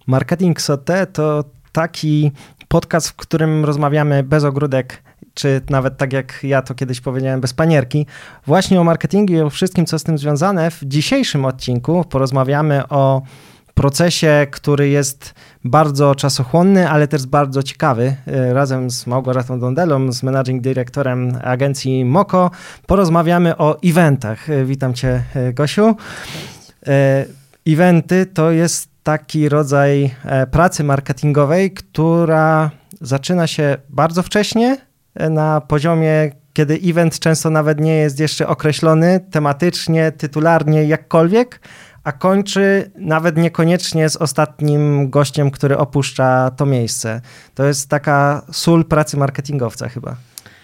Marketing Sauté to taki podcast, w którym rozmawiamy bez ogródek, czy nawet tak jak ja to kiedyś powiedziałem, bez panierki, właśnie o marketingu i o wszystkim, co z tym związane. W dzisiejszym odcinku porozmawiamy o procesie, który jest bardzo czasochłonny, ale też bardzo ciekawy. Razem z Małgorzatą Dondelą, z managing dyrektorem agencji Moko, porozmawiamy o eventach. Witam cię, Gosiu. Eventy to jest taki rodzaj pracy marketingowej, która zaczyna się bardzo wcześnie, na poziomie, kiedy event często nawet nie jest jeszcze określony tematycznie, tytularnie, jakkolwiek, a kończy nawet niekoniecznie z ostatnim gościem, który opuszcza to miejsce. To jest taka sól pracy marketingowca chyba.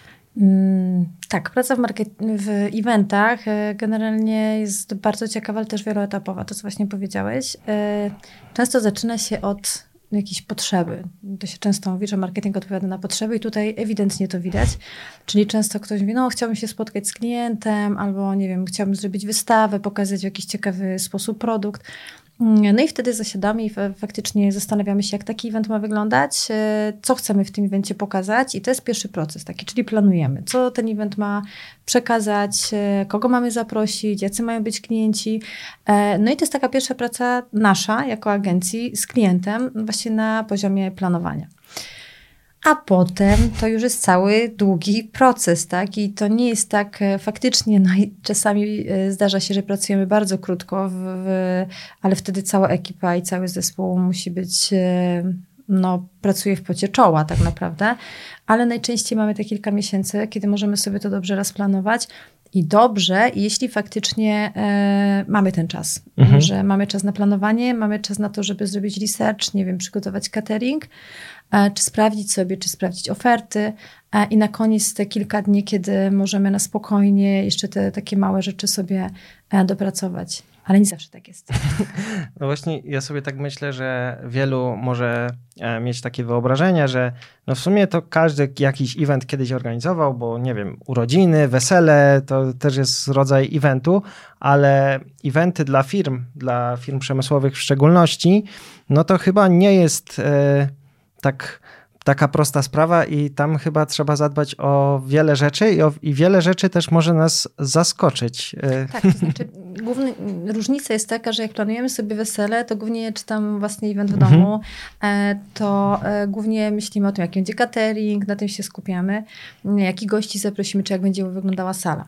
Tak, praca w eventach generalnie jest bardzo ciekawa, ale też wieloetapowa, to co właśnie powiedziałeś. Często zaczyna się od jakiejś potrzeby. To się często mówi, że marketing odpowiada na potrzeby i tutaj ewidentnie to widać. Czyli często ktoś mówi, chciałbym się spotkać z klientem albo nie wiem, chciałbym zrobić wystawę, pokazać w jakiś ciekawy sposób produkt. No i wtedy zasiadamy i faktycznie zastanawiamy się, jak taki event ma wyglądać, co chcemy w tym evencie pokazać i to jest pierwszy proces taki, czyli planujemy, co ten event ma przekazać, kogo mamy zaprosić, jacy mają być klienci. No i to jest taka pierwsza praca nasza jako agencji z klientem właśnie na poziomie planowania. A potem to już jest cały długi proces, tak? I to nie jest tak faktycznie, czasami zdarza się, że pracujemy bardzo krótko, ale wtedy cała ekipa i cały zespół musi być, pracuje w pocie czoła tak naprawdę, ale najczęściej mamy te kilka miesięcy, kiedy możemy sobie to dobrze rozplanować. I dobrze, jeśli faktycznie mamy ten czas, że mamy czas na planowanie, mamy czas na to, żeby zrobić research, nie wiem, przygotować catering, czy sprawdzić oferty i na koniec te kilka dni, kiedy możemy na spokojnie jeszcze te takie małe rzeczy sobie dopracować. Ale nie zawsze tak jest. No właśnie ja sobie tak myślę, że wielu może mieć takie wyobrażenia, że w sumie to każdy jakiś event kiedyś organizował, bo nie wiem, urodziny, wesele, to też jest rodzaj eventu, ale eventy dla firm przemysłowych w szczególności, no to chyba nie jest taka prosta sprawa i tam chyba trzeba zadbać o wiele rzeczy i wiele rzeczy też może nas zaskoczyć. Tak, to znaczy różnica jest taka, że jak planujemy sobie wesele, to głównie czy tam własny event w domu, to głównie myślimy o tym, jaki będzie catering, na tym się skupiamy, jakich gości zaprosimy, czy jak będzie wyglądała sala.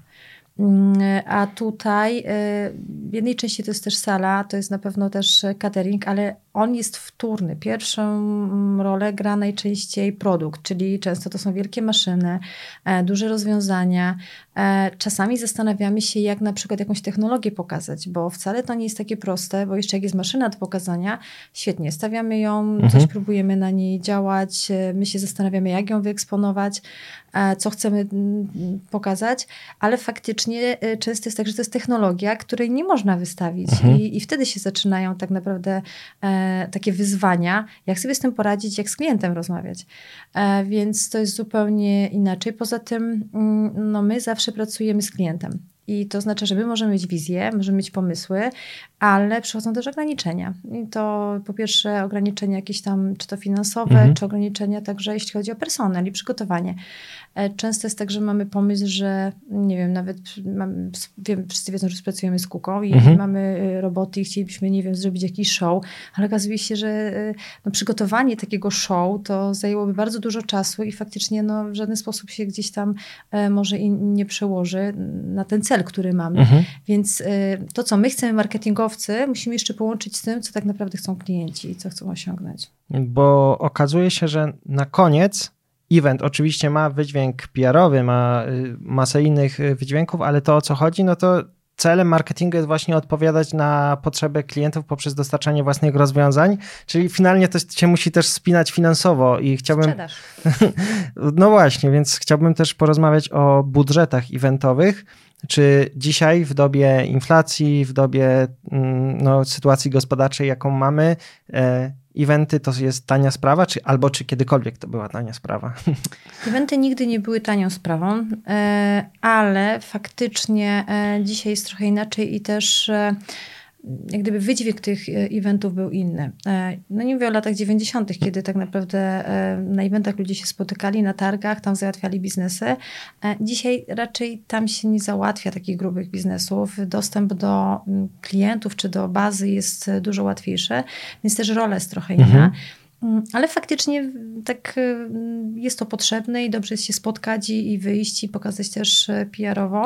A tutaj w jednej części to jest też sala, to jest na pewno też catering, ale on jest wtórny. Pierwszą rolę gra najczęściej produkt, czyli często to są wielkie maszyny, duże rozwiązania. Czasami zastanawiamy się, jak na przykład jakąś technologię pokazać, bo wcale to nie jest takie proste, bo jeszcze jak jest maszyna do pokazania, świetnie, stawiamy ją, coś próbujemy na niej działać, my się zastanawiamy, jak ją wyeksponować, co chcemy pokazać, ale faktycznie często jest tak, że to jest technologia, której nie można wystawić i wtedy się zaczynają tak naprawdę takie wyzwania, jak sobie z tym poradzić, jak z klientem rozmawiać. Więc to jest zupełnie inaczej. Poza tym my zawsze pracujemy z klientem. I to znaczy, że my możemy mieć wizję, możemy mieć pomysły, ale przychodzą też ograniczenia. I to po pierwsze ograniczenia jakieś tam, czy to finansowe, czy ograniczenia także jeśli chodzi o personel i przygotowanie. Często jest tak, że mamy pomysł, że nie wiem, nawet wszyscy wiedzą, że pracujemy z KUKO i mamy roboty i chcielibyśmy, nie wiem, zrobić jakiś show, ale okazuje się, że przygotowanie takiego show to zajęłoby bardzo dużo czasu i faktycznie w żaden sposób się gdzieś tam może i nie przełoży na ten cel, który mamy. Więc to, co my chcemy, marketingowcy, musimy jeszcze połączyć z tym, co tak naprawdę chcą klienci i co chcą osiągnąć. Bo okazuje się, że na koniec event oczywiście ma wydźwięk PR-owy, ma masę innych wydźwięków, ale to, o co chodzi, no to celem marketingu jest właśnie odpowiadać na potrzeby klientów poprzez dostarczanie własnych rozwiązań, czyli finalnie to się musi też spinać finansowo i chciałbym... Sprzedaż. No właśnie, więc chciałbym też porozmawiać o budżetach eventowych. Czy dzisiaj w dobie inflacji, w dobie sytuacji gospodarczej, jaką mamy, eventy to jest tania sprawa, czy kiedykolwiek to była tania sprawa? Eventy nigdy nie były tanią sprawą, ale faktycznie dzisiaj jest trochę inaczej i też jak gdyby wydźwięk tych eventów był inny. No nie mówię o latach 90., kiedy tak naprawdę na eventach ludzie się spotykali, na targach, tam załatwiali biznesy. Dzisiaj raczej tam się nie załatwia takich grubych biznesów. Dostęp do klientów czy do bazy jest dużo łatwiejszy, więc też rola jest trochę inna. Ale faktycznie tak jest to potrzebne i dobrze jest się spotkać i wyjść i pokazać też PR-owo.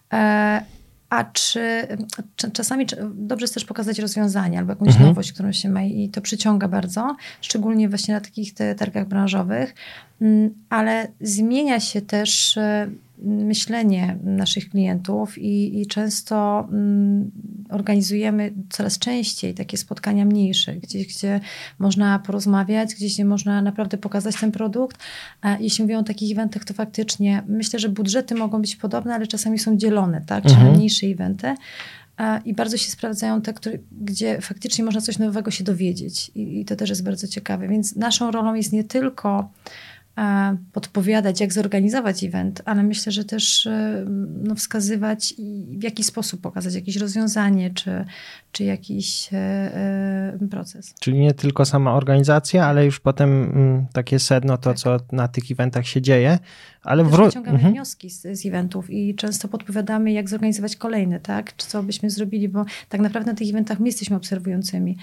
A czasami dobrze jest też pokazać rozwiązanie albo jakąś nowość, którą się ma i to przyciąga bardzo, szczególnie właśnie na takich targach branżowych, ale zmienia się też myślenie naszych klientów i często organizujemy coraz częściej takie spotkania mniejsze, gdzie można porozmawiać, gdzie można naprawdę pokazać ten produkt. Jeśli mówię o takich eventach, to faktycznie myślę, że budżety mogą być podobne, ale czasami są dzielone, tak? Czyli mniejsze eventy. I bardzo się sprawdzają te, gdzie faktycznie można coś nowego się dowiedzieć. I to też jest bardzo ciekawe. Więc naszą rolą jest nie tylko podpowiadać, jak zorganizować event, ale myślę, że też wskazywać w jaki sposób pokazać jakieś rozwiązanie, czy jakiś proces. Czyli nie tylko sama organizacja, ale już potem takie sedno, to co na tych eventach się dzieje. Ale wyciągamy wnioski z eventów i często podpowiadamy, jak zorganizować kolejne, tak? Czy co byśmy zrobili, bo tak naprawdę na tych eventach my jesteśmy obserwującymi.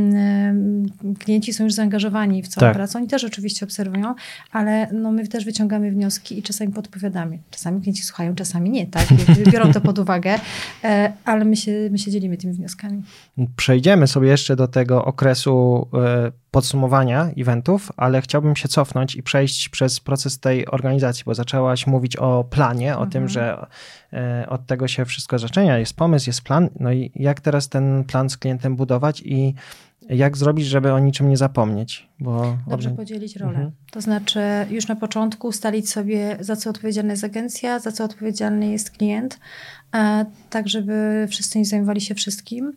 Klienci są już zaangażowani w całą pracę. Oni też oczywiście obserwują, ale my też wyciągamy wnioski i czasami podpowiadamy. Czasami klienci słuchają, czasami nie, tak? Biorą to pod uwagę, ale my się dzielimy tymi wnioskami. Przejdziemy sobie jeszcze do tego okresu podsumowania eventów, ale chciałbym się cofnąć i przejść przez proces tej organizacji, bo zaczęłaś mówić o planie, o tym, że od tego się wszystko zaczyna. Jest pomysł, jest plan. No i jak teraz ten plan z klientem budować i jak zrobić, żeby o niczym nie zapomnieć? Dobrze podzielić rolę. To znaczy już na początku ustalić sobie, za co odpowiedzialna jest agencja, za co odpowiedzialny jest klient, tak żeby wszyscy nie zajmowali się wszystkim.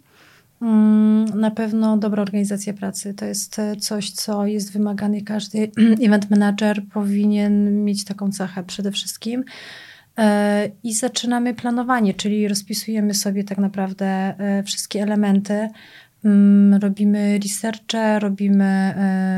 Na pewno dobra organizacja pracy to jest coś, co jest wymagane. Każdy event manager powinien mieć taką cechę przede wszystkim. I zaczynamy planowanie, czyli rozpisujemy sobie tak naprawdę wszystkie elementy. Robimy researche, robimy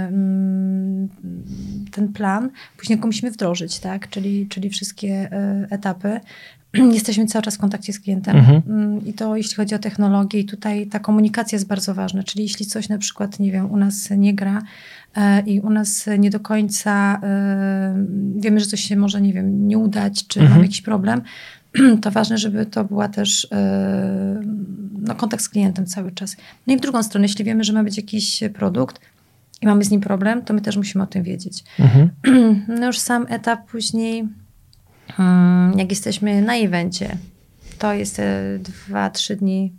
ten plan. Później go musimy wdrożyć, tak? Czyli wszystkie etapy. Jesteśmy cały czas w kontakcie z klientem i to jeśli chodzi o technologię i tutaj ta komunikacja jest bardzo ważna, czyli jeśli coś na przykład, nie wiem, u nas nie gra i u nas nie do końca wiemy, że coś się może, nie wiem, nie udać, czy mamy jakiś problem, to ważne, żeby to była też kontakt z klientem cały czas. No i w drugą stronę, jeśli wiemy, że ma być jakiś produkt i mamy z nim problem, to my też musimy o tym wiedzieć. No już sam etap później, jak jesteśmy na evencie, to jest 2-3 dni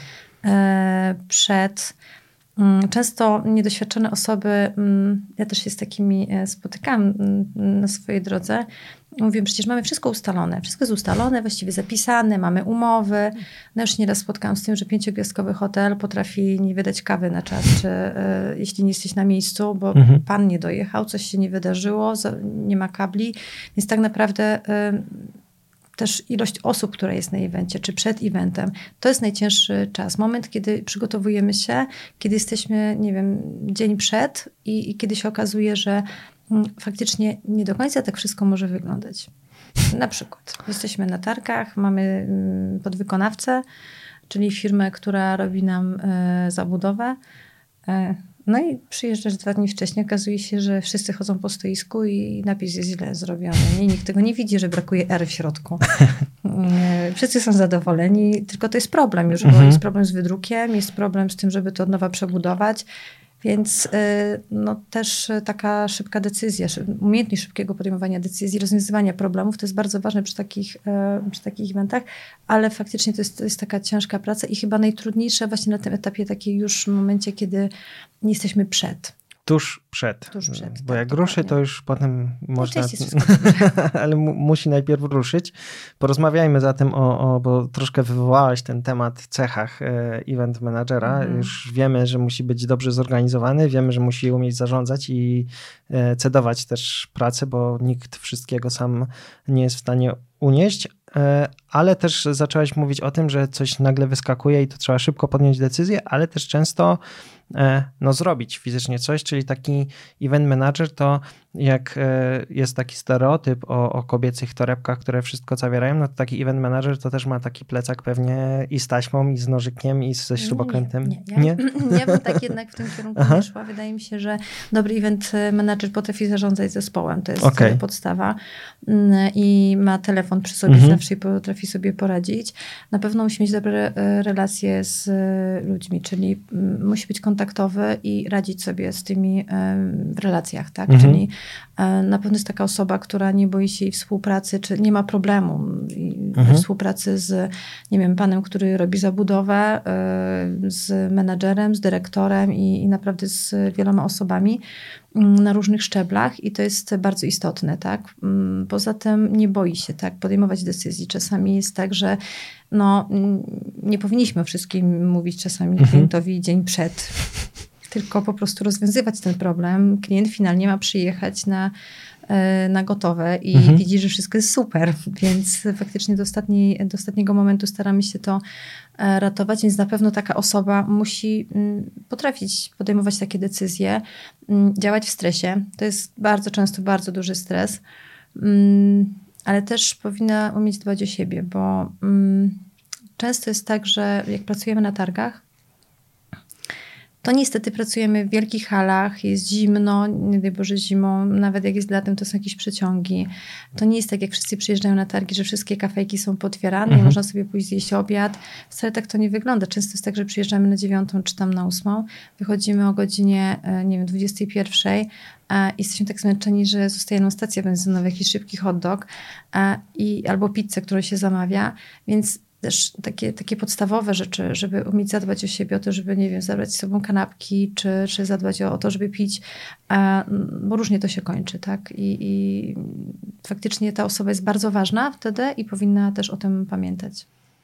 przed. Często niedoświadczone osoby, ja też się z takimi spotykałam na swojej drodze, mówię, przecież mamy wszystko ustalone. Wszystko jest ustalone, właściwie zapisane, mamy umowy. No już nieraz spotkałam z tym, że 5-gwiazdkowy hotel potrafi nie wydać kawy na czas, czy jeśli nie jesteś na miejscu, bo pan nie dojechał, coś się nie wydarzyło, nie ma kabli. Więc tak naprawdę też ilość osób, która jest na evencie, czy przed eventem, to jest najcięższy czas. Moment, kiedy przygotowujemy się, kiedy jesteśmy, nie wiem, dzień przed i kiedy się okazuje, że faktycznie nie do końca tak wszystko może wyglądać. Na przykład jesteśmy na targach, mamy podwykonawcę, czyli firmę, która robi nam zabudowę. No i przyjeżdżasz 2 dni wcześniej, okazuje się, że wszyscy chodzą po stoisku i napis jest źle zrobiony. Nikt tego nie widzi, że brakuje R w środku. Wszyscy są zadowoleni, tylko to jest problem już, bo jest problem z wydrukiem, jest problem z tym, żeby to od nowa przebudować. Więc też taka szybka decyzja, umiejętność szybkiego podejmowania decyzji, rozwiązywania problemów, to jest bardzo ważne przy takich eventach, ale faktycznie to jest taka ciężka praca i chyba najtrudniejsza właśnie na tym etapie, takiej już momencie, kiedy jesteśmy przed. Tuż przed. Bo jak ruszy, to już potem można... Ale musi najpierw ruszyć. Porozmawiajmy zatem bo troszkę wywołałaś ten temat cechach event managera. Już wiemy, że musi być dobrze zorganizowany, wiemy, że musi umieć zarządzać i cedować też pracę, bo nikt wszystkiego sam nie jest w stanie unieść. ale też zaczęłaś mówić o tym, że coś nagle wyskakuje i to trzeba szybko podjąć decyzję, ale też często zrobić fizycznie coś, czyli taki event manager to jak jest taki stereotyp o kobiecych torebkach, które wszystko zawierają, no to taki event manager to też ma taki plecak pewnie i z taśmą, i z nożykiem, i ze śrubokrętem. Nie? Ja bym tak jednak w tym kierunku nie szła. Wydaje mi się, że dobry event manager potrafi zarządzać zespołem. To jest podstawa. I ma telefon przy sobie zawsze i potrafi sobie poradzić. Na pewno musi mieć dobre relacje z ludźmi, czyli musi być kontaktowy i radzić sobie z tymi w relacjach, tak? Czyli na pewno jest taka osoba, która nie boi się jej współpracy, czy nie ma problemu we współpracy z, nie wiem, panem, który robi zabudowę, z menadżerem, z dyrektorem i naprawdę z wieloma osobami na różnych szczeblach i to jest bardzo istotne, tak? Poza tym nie boi się, tak, podejmować decyzji. Czasami jest tak, że nie powinniśmy o wszystkim mówić czasami klientowi dzień przed, tylko po prostu rozwiązywać ten problem. Klient finalnie ma przyjechać na gotowe i widzi, że wszystko jest super, więc faktycznie do ostatniego momentu staramy się to ratować, więc na pewno taka osoba musi potrafić podejmować takie decyzje, działać w stresie. To jest bardzo często bardzo duży stres, ale też powinna umieć dbać o siebie, bo często jest tak, że jak pracujemy na targach, to niestety pracujemy w wielkich halach, jest zimno, nie daj Boże zimą, nawet jak jest latem, to są jakieś przeciągi. To nie jest tak, jak wszyscy przyjeżdżają na targi, że wszystkie kafejki są pootwierane i można sobie pójść zjeść obiad. Wcale tak to nie wygląda. Często jest tak, że przyjeżdżamy na 9 czy tam na 8, wychodzimy o godzinie, 21 i jesteśmy tak zmęczeni, że zostaje nam stacja benzynowa, jakiś szybki hot dog albo pizzę, którą się zamawia, więc też takie podstawowe rzeczy, żeby umieć zadbać o siebie, o to, żeby, nie wiem, zabrać z sobą kanapki, czy zadbać o to, żeby pić, bo różnie to się kończy, tak? I faktycznie ta osoba jest bardzo ważna wtedy i powinna też o tym pamiętać.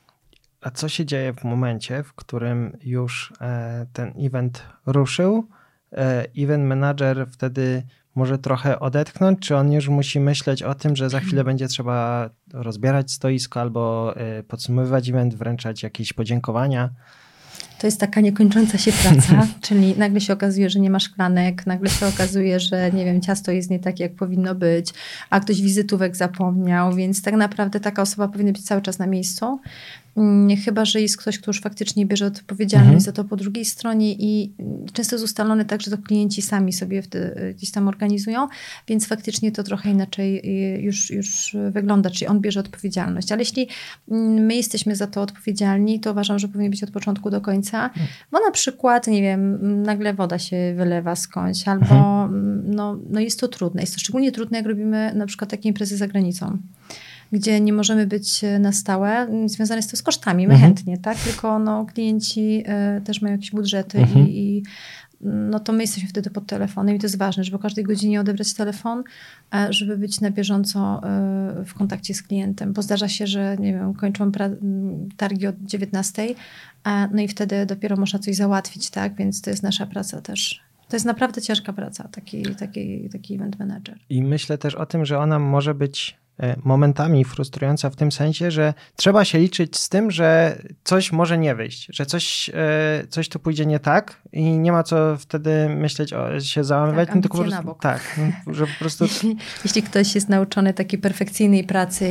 A co się dzieje w momencie, w którym już ten event ruszył? Event manager wtedy może trochę odetchnąć, czy on już musi myśleć o tym, że za chwilę będzie trzeba rozbierać stoisko albo podsumowywać event, wręczać jakieś podziękowania? To jest taka niekończąca się praca, czyli nagle się okazuje, że nie ma szklanek, nagle się okazuje, że nie wiem, ciasto jest nie takie, jak powinno być, a ktoś wizytówek zapomniał, więc tak naprawdę taka osoba powinna być cały czas na miejscu. Chyba że jest ktoś, kto już faktycznie bierze odpowiedzialność za to po drugiej stronie i często jest ustalone tak, że to klienci sami sobie gdzieś tam organizują, więc faktycznie to trochę inaczej już wygląda, czyli on bierze odpowiedzialność. Ale jeśli my jesteśmy za to odpowiedzialni, to uważam, że powinien być od początku do końca, bo na przykład, nie wiem, nagle woda się wylewa skądś, albo no jest to trudne. Jest to szczególnie trudne, jak robimy na przykład takie imprezy za granicą, gdzie nie możemy być na stałe. Związane jest to z kosztami, my chętnie, tak? Tylko klienci też mają jakieś budżety i to my jesteśmy wtedy pod telefonem i to jest ważne, żeby o każdej godzinie odebrać telefon, żeby być na bieżąco w kontakcie z klientem. Bo zdarza się, że nie wiem, kończą targi od 19, no i wtedy dopiero można coś załatwić, tak? Więc to jest nasza praca też. To jest naprawdę ciężka praca, taki event manager. I myślę też o tym, że ona może być momentami frustrująca w tym sensie, że trzeba się liczyć z tym, że coś może nie wyjść, że coś tu pójdzie nie tak i nie ma co wtedy myśleć, się załamywać. Tak, tylko po prostu, na bok. Tak, że po prostu... Jeśli ktoś jest nauczony takiej perfekcyjnej pracy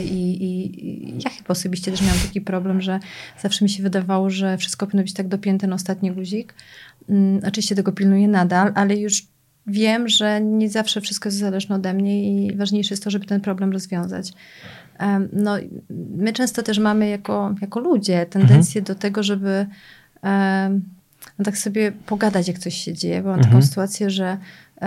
i ja chyba osobiście też miałam taki problem, że zawsze mi się wydawało, że wszystko powinno być tak dopięte na ostatni guzik. Oczywiście tego pilnuję nadal, ale już wiem, że nie zawsze wszystko jest zależne ode mnie i ważniejsze jest to, żeby ten problem rozwiązać. My często też mamy jako ludzie tendencję do tego, żeby tak sobie pogadać, jak coś się dzieje. Bo mam taką sytuację, że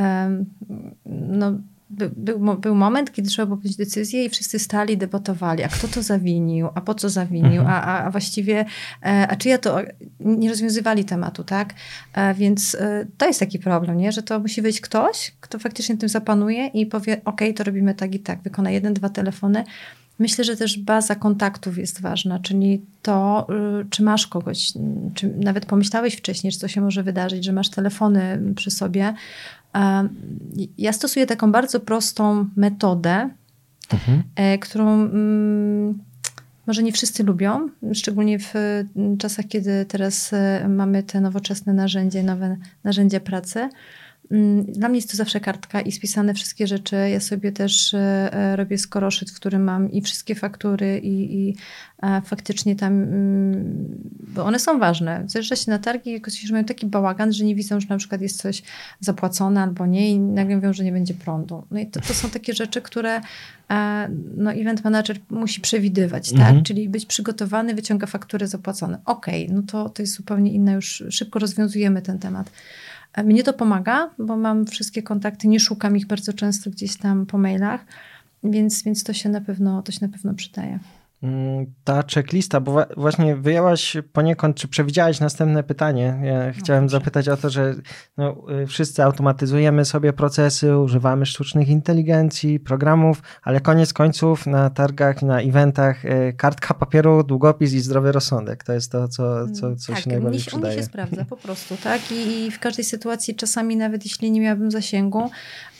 był moment, kiedy trzeba było podjąć decyzję i wszyscy stali, debatowali, a kto to zawinił, a po co zawinił, a właściwie, a czy ja to, nie rozwiązywali tematu, tak? Więc to jest taki problem, nie? Że to musi być ktoś, kto faktycznie tym zapanuje i powie, okej, to robimy tak i tak, wykona 1-2 telefony. Myślę, że też baza kontaktów jest ważna, czyli to, czy masz kogoś, czy nawet pomyślałeś wcześniej, że to się może wydarzyć, że masz telefony przy sobie. Ja stosuję taką bardzo prostą metodę, którą może nie wszyscy lubią, szczególnie w czasach, kiedy teraz mamy te nowoczesne narzędzia, nowe narzędzia pracy. Dla mnie jest to zawsze kartka i spisane wszystkie rzeczy. Ja sobie też robię skoroszyt, w którym mam i wszystkie faktury i faktycznie tam, bo one są ważne. Zjeżdża się na targi i jakoś mają taki bałagan, że nie widzą, że na przykład jest coś zapłacone albo nie i nagle mówią, że nie będzie prądu. No i to są takie rzeczy, które event manager musi przewidywać, tak? Czyli być przygotowany, wyciąga faktury zapłacone. Okej, no to jest zupełnie inne, już szybko rozwiązujemy ten temat. Mnie to pomaga, bo mam wszystkie kontakty, nie szukam ich bardzo często gdzieś tam po mailach, więc to się na pewno przydaje. Ta checklista, bo właśnie wyjęłaś poniekąd, czy przewidziałaś następne pytanie. Ja chciałem zapytać o to, że wszyscy automatyzujemy sobie procesy, używamy sztucznych inteligencji, programów, ale koniec końców na targach, na eventach kartka papieru, długopis i zdrowy rozsądek. To jest to, co się najbardziej przydaje. Tak, mnie się sprawdza po prostu, tak? I w każdej sytuacji czasami nawet jeśli nie miałabym zasięgu,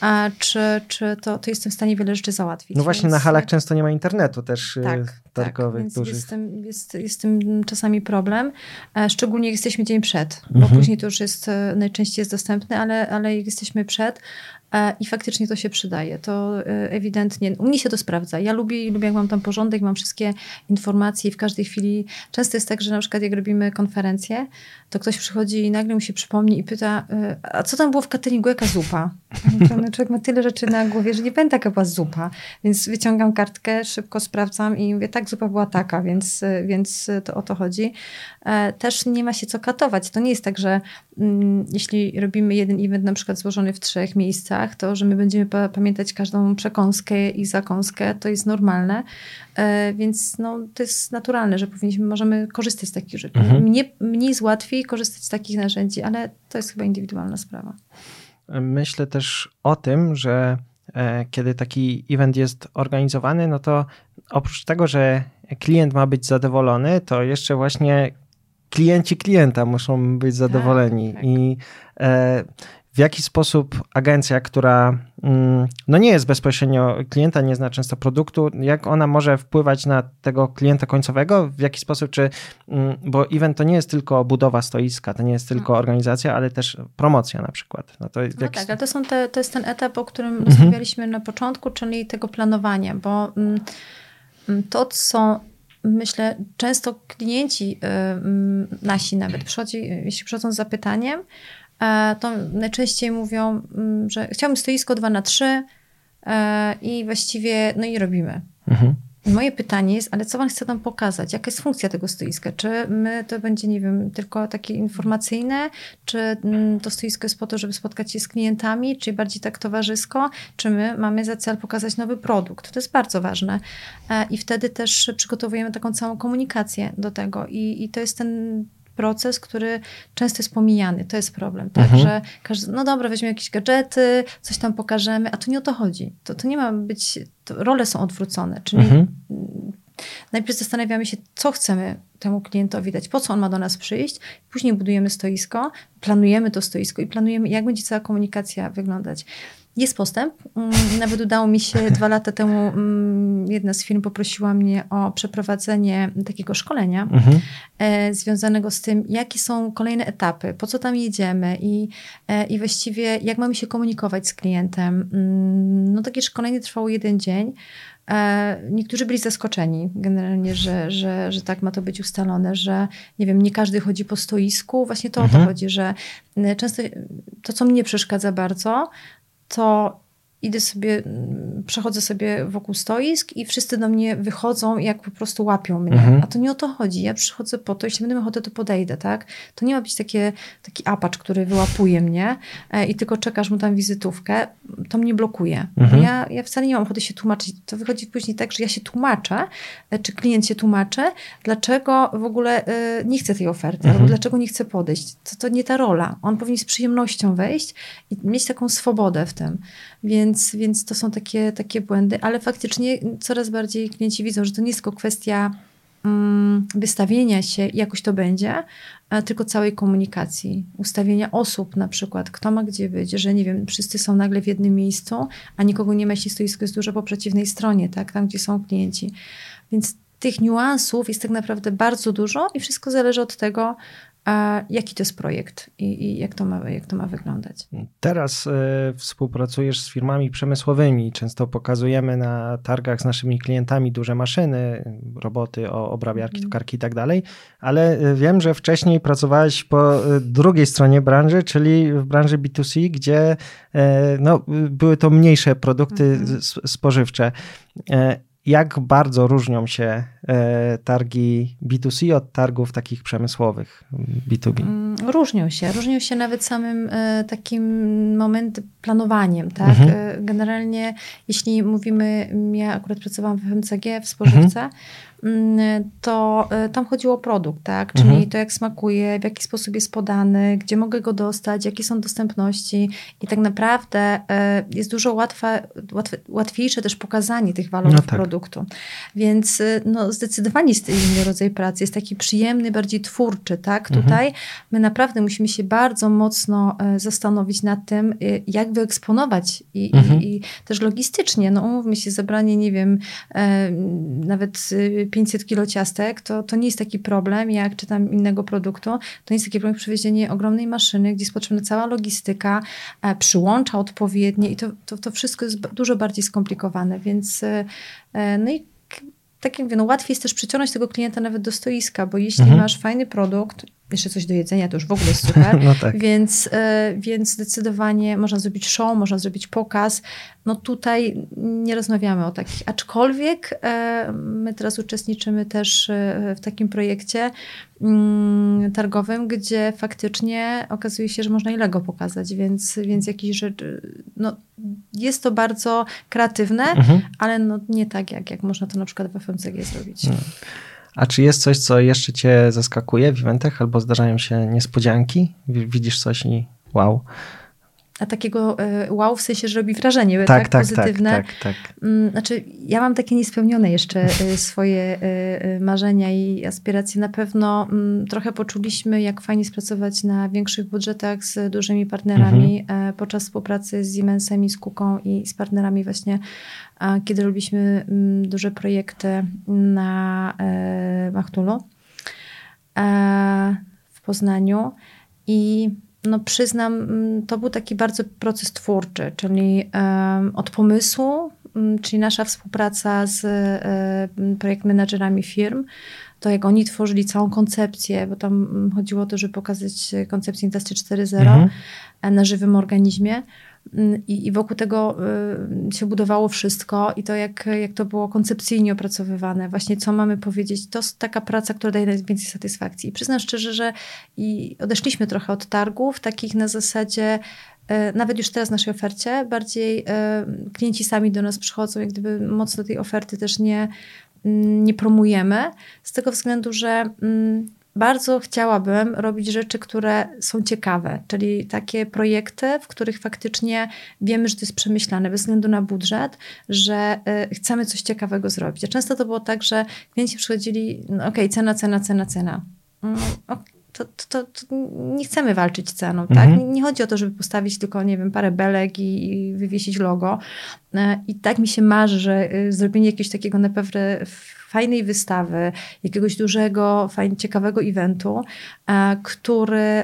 to jestem w stanie wiele rzeczy załatwić. No właśnie na halach często nie ma internetu też. Targowych, więc jest tym czasami problem, szczególnie jak jesteśmy dzień przed, bo później to już najczęściej jest dostępne, ale jak jesteśmy przed i faktycznie to się przydaje, to ewidentnie, u mnie się to sprawdza. Ja lubię jak mam tam porządek, mam wszystkie informacje i w każdej chwili, często jest tak, że na przykład jak robimy konferencję, to ktoś przychodzi i nagle mu się przypomni i pyta, a co tam było w cateringu, jaka zupa? Człowiek ma tyle rzeczy na głowie, że nie pamięta, jaka była zupa. Więc wyciągam kartkę, szybko sprawdzam i mówię, tak, zupa była taka, więc to o to chodzi. Też nie ma się co katować. To nie jest tak, że jeśli robimy jeden event na przykład złożony w 3 miejscach, to że my będziemy pamiętać każdą przekąskę i zakąskę, to jest normalne. Więc to jest naturalne, że możemy korzystać z takich rzeczy. Mnie jest łatwiej korzystać z takich narzędzi, ale to jest chyba indywidualna sprawa. Myślę też o tym, że kiedy taki event jest organizowany, no to oprócz tego, że klient ma być zadowolony, to jeszcze właśnie klienci klienta muszą być zadowoleni. Tak. I w jaki sposób agencja, która nie jest bezpośrednio klienta, nie zna często produktu, jak ona może wpływać na tego klienta końcowego, w jaki sposób, bo event to nie jest tylko budowa stoiska, to nie jest tylko organizacja, ale też promocja na przykład. Tak, ale to jest ten etap, o którym rozmawialiśmy na początku, czyli tego planowania, bo to, co myślę, często klienci nasi nawet jeśli przychodzą z zapytaniem, to najczęściej mówią, że chciałbym stoisko 2x3 i właściwie, i robimy. Moje pytanie jest, ale co pan chce nam pokazać? Jaka jest funkcja tego stoiska? Czy to będzie, nie wiem, tylko takie informacyjne? Czy to stoisko jest po to, żeby spotkać się z klientami? Czy bardziej tak towarzysko? Czy my mamy za cel pokazać nowy produkt? To jest bardzo ważne. I wtedy też przygotowujemy taką całą komunikację do tego. I to jest ten proces, który często jest pomijany. To jest problem, tak? Że dobra, weźmiemy jakieś gadżety, coś tam pokażemy, a to nie o to chodzi. To nie ma być, role są odwrócone, czyli najpierw zastanawiamy się, co chcemy temu klientowi dać, po co on ma do nas przyjść, później budujemy stoisko, planujemy to stoisko i planujemy, jak będzie cała komunikacja wyglądać. Jest postęp. Nawet udało mi się 2 lata temu, jedna z firm poprosiła mnie o przeprowadzenie takiego szkolenia związanego z tym, jakie są kolejne etapy, po co tam jedziemy i właściwie jak mamy się komunikować z klientem. Takie szkolenie trwało 1 dzień. Niektórzy byli zaskoczeni generalnie, że tak ma to być ustalone, że nie wiem, nie każdy chodzi po stoisku. Właśnie to o to chodzi, że często to, co mnie przeszkadza bardzo, to przechodzę sobie wokół stoisk i wszyscy do mnie wychodzą i jak po prostu łapią mnie. A to nie o to chodzi. Ja przychodzę po to, jeśli będę miał ochotę, to podejdę, tak? To nie ma być taki apacz, który wyłapuje mnie i tylko czekasz mu tam wizytówkę. To mnie blokuje. Ja wcale nie mam ochoty się tłumaczyć. To wychodzi później tak, że ja się tłumaczę, czy klient się tłumaczy, dlaczego w ogóle nie chce tej oferty, albo dlaczego nie chce podejść. To nie ta rola. On powinien z przyjemnością wejść i mieć taką swobodę w tym. Więc to są takie błędy, ale faktycznie coraz bardziej klienci widzą, że to nie jest tylko kwestia wystawienia się, jakoś to będzie, tylko całej komunikacji, ustawienia osób na przykład, kto ma gdzie być, że nie wiem, wszyscy są nagle w jednym miejscu, a nikogo nie ma, jeśli stoisko jest dużo po przeciwnej stronie, tak, tam gdzie są klienci. Więc tych niuansów jest tak naprawdę bardzo dużo i wszystko zależy od tego, jaki to jest projekt i jak to ma wyglądać. Teraz współpracujesz z firmami przemysłowymi. Często pokazujemy na targach z naszymi klientami duże maszyny, roboty, obrabiarki, tokarki i tak dalej, ale wiem, że wcześniej pracowałeś po drugiej stronie branży, czyli w branży B2C, gdzie były to mniejsze produkty spożywcze. Jak bardzo różnią się targi B2C od targów takich przemysłowych B2B? Różnią się nawet samym takim planowaniem, tak? Generalnie, jeśli mówimy, ja akurat pracowałam w FMCG, w spożywce, to tam chodziło o produkt, tak? Czyli to, jak smakuje, w jaki sposób jest podany, gdzie mogę go dostać, jakie są dostępności i tak naprawdę jest dużo łatwiejsze też pokazanie tych walorów produktu. Więc zdecydowanie jest inny rodzaj pracy, jest taki przyjemny, bardziej twórczy, tak? Tutaj my naprawdę musimy się bardzo mocno zastanowić nad tym, jak wyeksponować i też logistycznie, umówmy się, zebranie, nie wiem, nawet 500 kilo ciastek, to nie jest taki problem, jak czy tam innego produktu, to nie jest taki problem jak przywiezienie ogromnej maszyny, gdzie jest potrzebna cała logistyka, przyłącza odpowiednie i to wszystko jest dużo bardziej skomplikowane, więc i tak jak mówię, łatwiej jest też przyciągnąć tego klienta nawet do stoiska, bo jeśli masz fajny produkt, jeszcze coś do jedzenia, to już w ogóle jest super. Więc zdecydowanie można zrobić show, można zrobić pokaz. Tutaj nie rozmawiamy o takich. Aczkolwiek my teraz uczestniczymy też w takim projekcie targowym, gdzie faktycznie okazuje się, że można i Lego pokazać, więc jakieś rzeczy, jest to bardzo kreatywne, ale nie tak, jak można to na przykład w FMCG zrobić. A czy jest coś, co jeszcze cię zaskakuje w eventach, albo zdarzają się niespodzianki? Widzisz coś i wow. A takiego wow, w sensie, że robi wrażenie, tak pozytywne. Tak. Znaczy, ja mam takie niespełnione jeszcze swoje marzenia i aspiracje. Na pewno trochę poczuliśmy, jak fajnie pracować na większych budżetach z dużymi partnerami podczas współpracy z Siemensem, z Kuką i z partnerami właśnie, kiedy robiliśmy duże projekty na Machtulu w Poznaniu i przyznam, to był taki bardzo proces twórczy, czyli od pomysłu, czyli nasza współpraca z projekt menadżerami firm, to jak oni tworzyli całą koncepcję, bo tam chodziło o to, żeby pokazać koncepcję Industry 4.0 na żywym organizmie. I wokół tego się budowało wszystko i to jak to było koncepcyjnie opracowywane, właśnie co mamy powiedzieć, to jest taka praca, która daje najwięcej satysfakcji. I przyznam szczerze, że odeszliśmy trochę od targów, takich na zasadzie, nawet już teraz w naszej ofercie, bardziej klienci sami do nas przychodzą, jak gdyby mocno tej oferty też nie promujemy, z tego względu, że bardzo chciałabym robić rzeczy, które są ciekawe, czyli takie projekty, w których faktycznie wiemy, że to jest przemyślane bez względu na budżet, że chcemy coś ciekawego zrobić. A często to było tak, że klienci przychodzili, cena. To nie chcemy walczyć ceną, tak? Nie chodzi o to, żeby postawić tylko, nie wiem, parę belek i wywiesić logo. I tak mi się marzy, że zrobienie jakiegoś takiego naprawdę fajnej wystawy, jakiegoś dużego, ciekawego eventu, który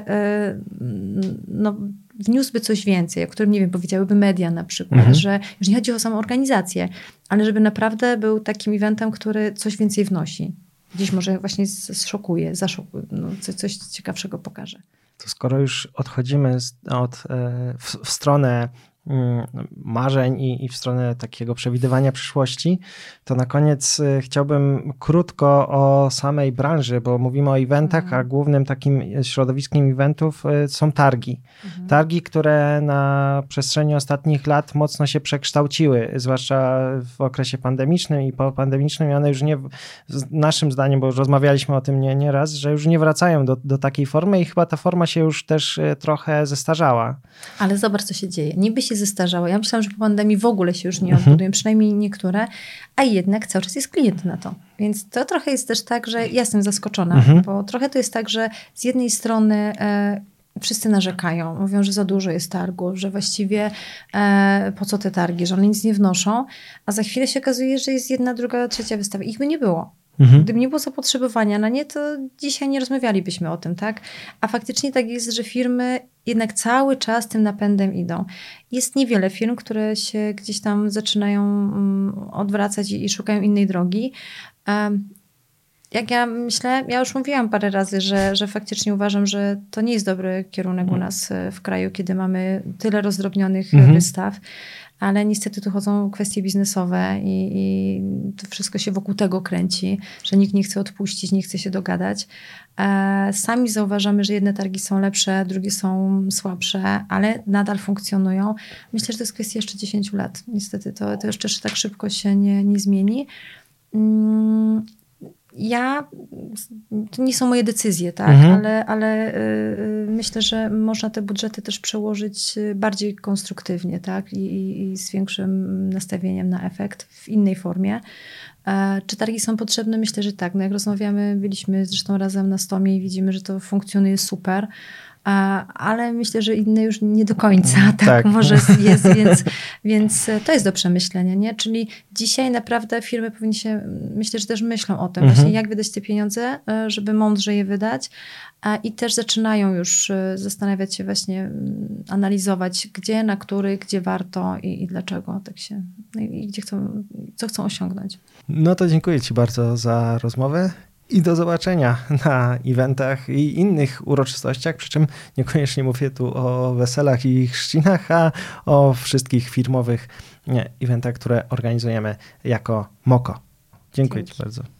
wniósłby coś więcej, o którym, nie wiem, powiedziałyby media na przykład, że już nie chodzi o samą organizację, ale żeby naprawdę był takim eventem, który coś więcej wnosi. Gdzieś może właśnie zaszokuje, coś ciekawszego pokaże. To skoro już odchodzimy w stronę marzeń i w stronę takiego przewidywania przyszłości, to na koniec chciałbym krótko o samej branży, bo mówimy o eventach, a głównym takim środowiskiem eventów są targi. Targi, które na przestrzeni ostatnich lat mocno się przekształciły, zwłaszcza w okresie pandemicznym i popandemicznym, i one już nie, naszym zdaniem, bo rozmawialiśmy o tym nieraz, że już nie wracają do takiej formy i chyba ta forma się już też trochę zestarzała. Ale zobacz, co się dzieje. Niby się zestarzało. Ja myślałam, że po pandemii w ogóle się już nie odbudują, przynajmniej niektóre, a jednak cały czas jest klient na to. Więc to trochę jest też tak, że ja jestem zaskoczona, bo trochę to jest tak, że z jednej strony wszyscy narzekają, mówią, że za dużo jest targów, że właściwie po co te targi, że one nic nie wnoszą, a za chwilę się okazuje, że jest jedna, druga, trzecia wystawa. Ich by nie było. Gdyby nie było zapotrzebowania na nie, to dzisiaj nie rozmawialibyśmy o tym, tak? A faktycznie tak jest, że firmy jednak cały czas tym napędem idą. Jest niewiele firm, które się gdzieś tam zaczynają odwracać i szukają innej drogi. Jak ja myślę, ja już mówiłam parę razy, że faktycznie uważam, że to nie jest dobry kierunek u nas w kraju, kiedy mamy tyle rozdrobnionych wystaw, ale niestety tu chodzą kwestie biznesowe i to wszystko się wokół tego kręci, że nikt nie chce odpuścić, nie chce się dogadać. Sami zauważamy, że jedne targi są lepsze, drugie są słabsze, ale nadal funkcjonują. Myślę, że to jest kwestia jeszcze 10 lat. Niestety to jeszcze tak szybko się nie zmieni. To nie są moje decyzje, tak? Ale myślę, że można te budżety też przełożyć bardziej konstruktywnie, tak? I z większym nastawieniem na efekt w innej formie. Czy targi są potrzebne? Myślę, że tak. No jak rozmawiamy, byliśmy zresztą razem na Stomie i widzimy, że to funkcjonuje super. Ale myślę, że inne już nie do końca tak może jest, więc to jest do przemyślenia, nie? Czyli dzisiaj naprawdę firmy powinny się, myślę, że też myślą o tym właśnie, jak wydać te pieniądze, żeby mądrze je wydać i też zaczynają już zastanawiać się właśnie, analizować gdzie, na który, gdzie warto i dlaczego tak się, i gdzie co chcą osiągnąć. No to dziękuję Ci bardzo za rozmowę. I do zobaczenia na eventach i innych uroczystościach, przy czym niekoniecznie mówię tu o weselach i chrzcinach, a o wszystkich firmowych eventach, które organizujemy jako Moko. Dziękuję Ci bardzo.